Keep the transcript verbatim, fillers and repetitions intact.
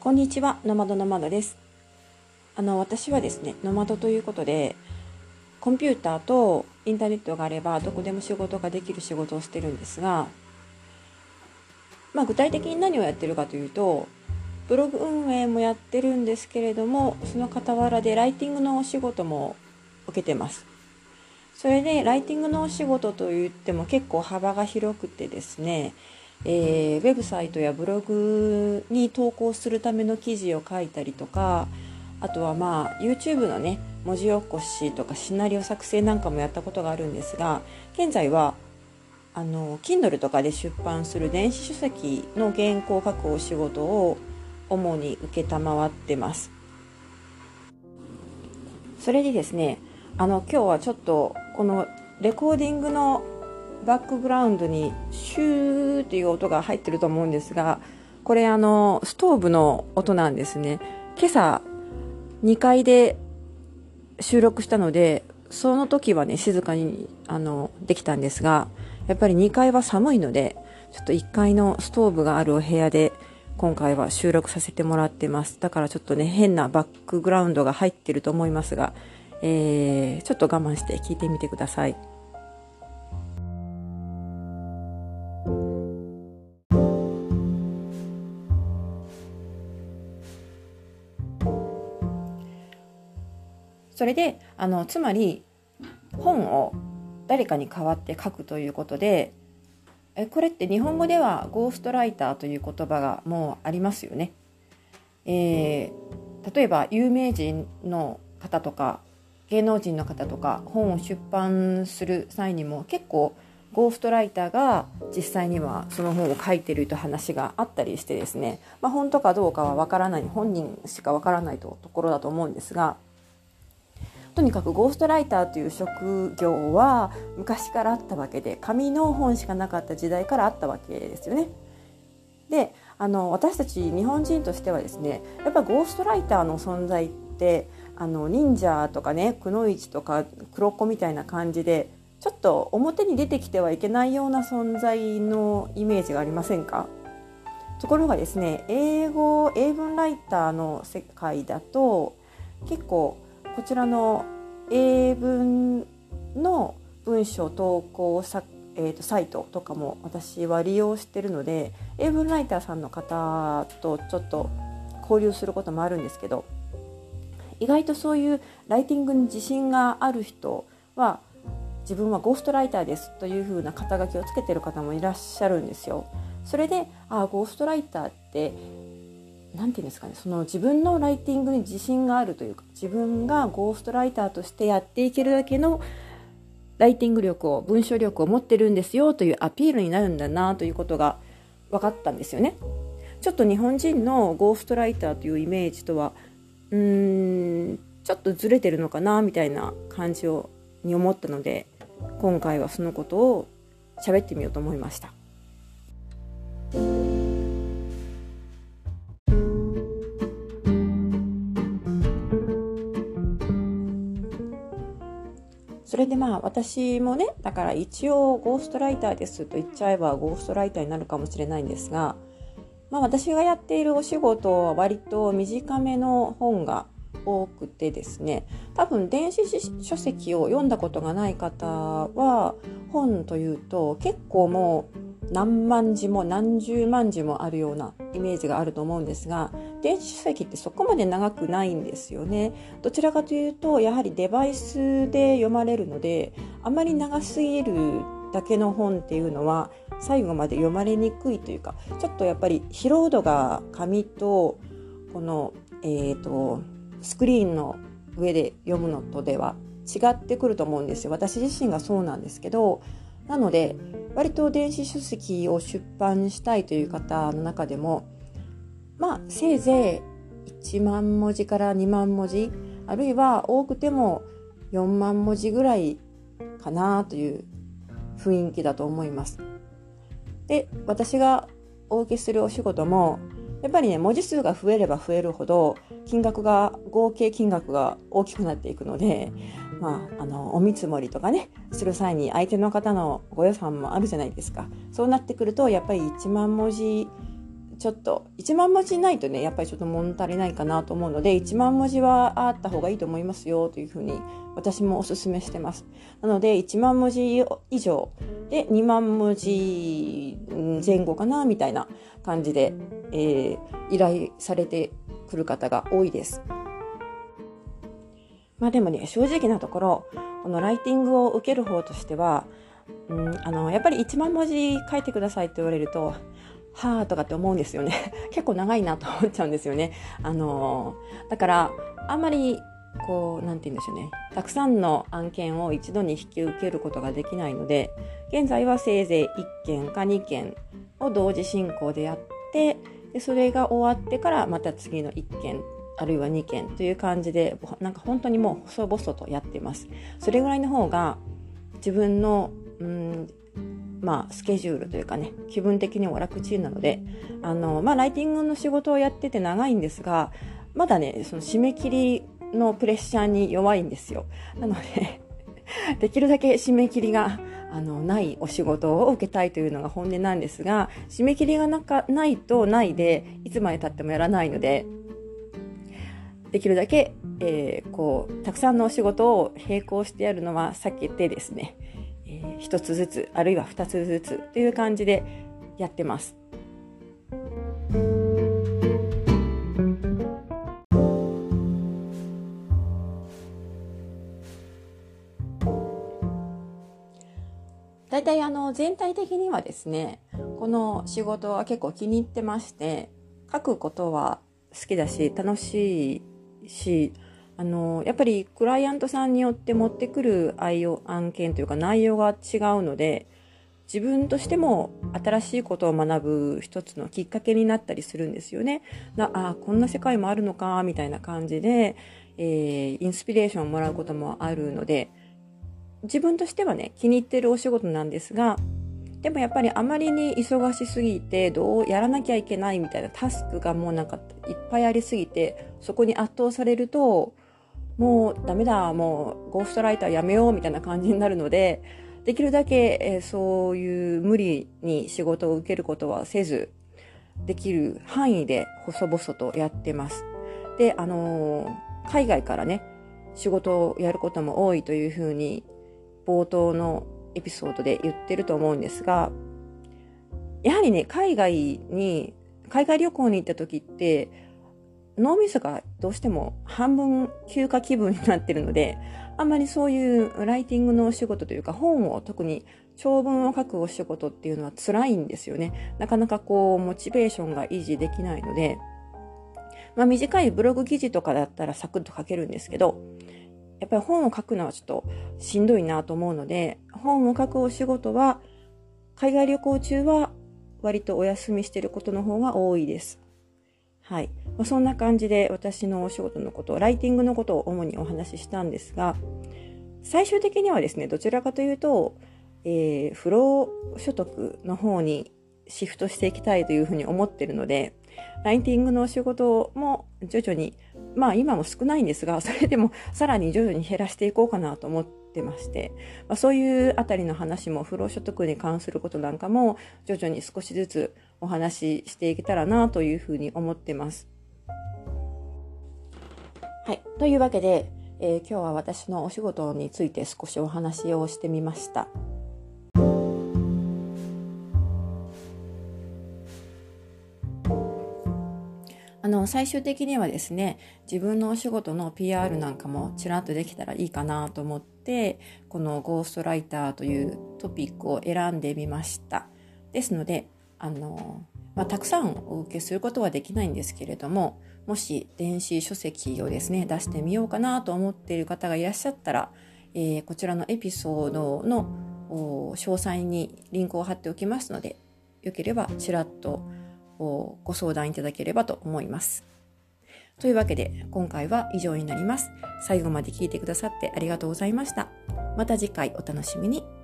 こんにちは、ノマドノマドです。あの私はですね、ノマドということで、コンピューターとインターネットがあればどこでも仕事ができる仕事をしてるんですが、まあ、具体的に何をやってるかというと、ブログ運営もやってるんですけれども、その傍らでライティングのお仕事も受けてます。それでライティングのお仕事といっても結構幅が広くてですね、えー、ウェブサイトやブログに投稿するための記事を書いたりとか、あとはまあ YouTube のね文字起こしとかシナリオ作成なんかもやったことがあるんですが、現在はあの Kindle とかで出版する電子書籍の原稿を書くお仕事を主に受けたまわってます。それでですね、あの今日はちょっとこのレコーディングのバックグラウンドにシューっていう音が入ってると思うんですが、これあのストーブの音なんですね。今朝にかいで収録したので、その時はね静かにあのできたんですが、やっぱりにかいは寒いので、ちょっといっかいのストーブがあるお部屋で今回は収録させてもらってます。だからちょっとね変なバックグラウンドが入ってると思いますが、えー、ちょっと我慢して聞いてみてください。それであのつまり本を誰かに代わって書くということで、えこれって日本語ではゴーストライターという言葉がもうありますよね。えー、例えば有名人の方とか芸能人の方とか本を出版する際にも結構ゴーストライターが実際にはその本を書いてるという話があったりしてですね、まあ、本当かどうかはわからない、本人しかわからないところだと思うんですが、とにかくゴーストライターという職業は昔からあったわけで、紙の本しかなかった時代からあったわけですよね。で、あの私たち日本人としてはですね、やっぱゴーストライターの存在ってあの忍者とかね、くのいちとか黒子みたいな感じで、ちょっと表に出てきてはいけないような存在のイメージがありませんか？ところがですね、英語英文ライターの世界だと結構こちらの英文の文章投稿さ、えーと、サイトとかも私は利用しているので、英文ライターさんの方とちょっと交流することもあるんですけど、意外とそういうライティングに自信がある人は、自分はゴーストライターですというふうな肩書きをつけている方もいらっしゃるんですよ。それで、あ、ゴーストライターってなんていうんですかね、その自分のライティングに自信があるというか、自分がゴーストライターとしてやっていけるだけのライティング力を、文章力を持ってるんですよというアピールになるんだなということが分かったんですよね。ちょっと日本人のゴーストライターというイメージとはうーんちょっとずれてるのかなみたいな感じをに思ったので、今回はそのことを喋ってみようと思いました。それでまあ私もね、だから一応ゴーストライターですと言っちゃえばゴーストライターになるかもしれないんですが、まあ、私がやっているお仕事は割と短めの本が多くてですね、多分電子書籍を読んだことがない方は、本というと結構もう何万字も何十万字もあるようなイメージがあると思うんですが、電子書籍ってそこまで長くないんですよね。どちらかというとやはりデバイスで読まれるので、あまり長すぎるだけの本っていうのは最後まで読まれにくいというか、ちょっとやっぱり疲労度が紙とこの、えーと、スクリーンの上で読むのとでは違ってくると思うんですよ。私自身がそうなんですけど、なので割と電子書籍を出版したいという方の中でも、まあせいぜいいちまんもじからにまんもじ、あるいは多くてもよんまんもじぐらいかなという雰囲気だと思います。で、私がお受けするお仕事もやっぱりね、文字数が増えれば増えるほど金額が合計金額が大きくなっていくので、まあ、あのお見積もりとかねする際に相手の方のご予算もあるじゃないですか。そうなってくるとやっぱりいちまんもじちょっといちまん文字ないとねやっぱりちょっと物足りないかなと思うので、いちまん文字はあった方がいいと思いますよというふうに私もおすすめしてます。なのでいちまん文字以上でにまん文字前後かなみたいな感じで、えー、依頼されてくる方が多いです。まあでもね、正直なところこのライティングを受ける方としては、うん、あのやっぱりいちまん文字書いてくださいって言われるとはーとかって思うんですよね。結構長いなと思っちゃうんですよね。あのー、だからあんまりこうなんて言うんでしょうね、たくさんの案件を一度に引き受けることができないので、現在はせいぜいいっけんかにけんを同時進行でやって、でそれが終わってからまた次のいっけんあるいはにけんという感じで、なんか本当にもう細々とやってます。それぐらいの方が自分のうんまあ、スケジュールというかね、気分的にも楽ちんなので、あの、まあ、ライティングの仕事をやってて長いんですが、まだね、その締め切りのプレッシャーに弱いんですよ。なので、できるだけ締め切りがあのないお仕事を受けたいというのが本音なんですが、締め切りがなかないとないで、いつまで経ってもやらないので、できるだけ、えー、こう、たくさんのお仕事を並行してやるのは避けてですね、一つずつあるいは二つずつという感じでやってます。だいたいあの全体的にはですね、この仕事は結構気に入ってまして、書くことは好きだし楽しいし、あのやっぱりクライアントさんによって持ってくる案件というか内容が違うので、自分としても新しいことを学ぶ一つのきっかけになったりするんですよね。なあこんな世界もあるのかみたいな感じで、えー、インスピレーションをもらうこともあるので、自分としてはね気に入ってるお仕事なんですが、でもやっぱりあまりに忙しすぎてどうやらなきゃいけないみたいなタスクがもうなんかいっぱいありすぎて、そこに圧倒されるともうダメだ、もうゴーストライターやめようみたいな感じになるので、できるだけ、えー、そういう無理に仕事を受けることはせず、できる範囲で細々とやってます。で、あのー、海外からね仕事をやることも多いというふうに冒頭のエピソードで言ってると思うんですが、やはりね海外に海外旅行に行った時って脳みそがどうしても半分休暇気分になってるので、あんまりそういうライティングのお仕事というか本を特に長文を書くお仕事っていうのは辛いんですよね。なかなかこうモチベーションが維持できないので、まあ短いブログ記事とかだったらサクッと書けるんですけど、やっぱり本を書くのはちょっとしんどいなと思うので、本を書くお仕事は海外旅行中は割とお休みしていることの方が多いです。はい。まあ、そんな感じで私のお仕事のこと、ライティングのことを主にお話ししたんですが、最終的にはですね、どちらかというと、えー、不労所得の方にシフトしていきたいというふうに思っているので、ライティングのお仕事も徐々に、まあ今も少ないんですが、それでもさらに徐々に減らしていこうかなと思ってまして、まあ、そういうあたりの話も、不労所得に関することなんかも徐々に少しずつお話ししていけたらなというふうに思ってます。はい。というわけで、えー、今日は私のお仕事について少しお話をしてみました。あの最終的にはですね、自分のお仕事の ピーアール なんかもちらっとできたらいいかなと思って、このゴーストライターというトピックを選んでみました。ですので、あの、まあ、たくさんお受けすることはできないんですけれども、もし電子書籍をですね出してみようかなと思っている方がいらっしゃったら、えー、こちらのエピソードの詳細にリンクを貼っておきますので、よければちらっとご相談いただければと思います。というわけで今回は以上になります。最後まで聞いてくださってありがとうございました。また次回お楽しみに。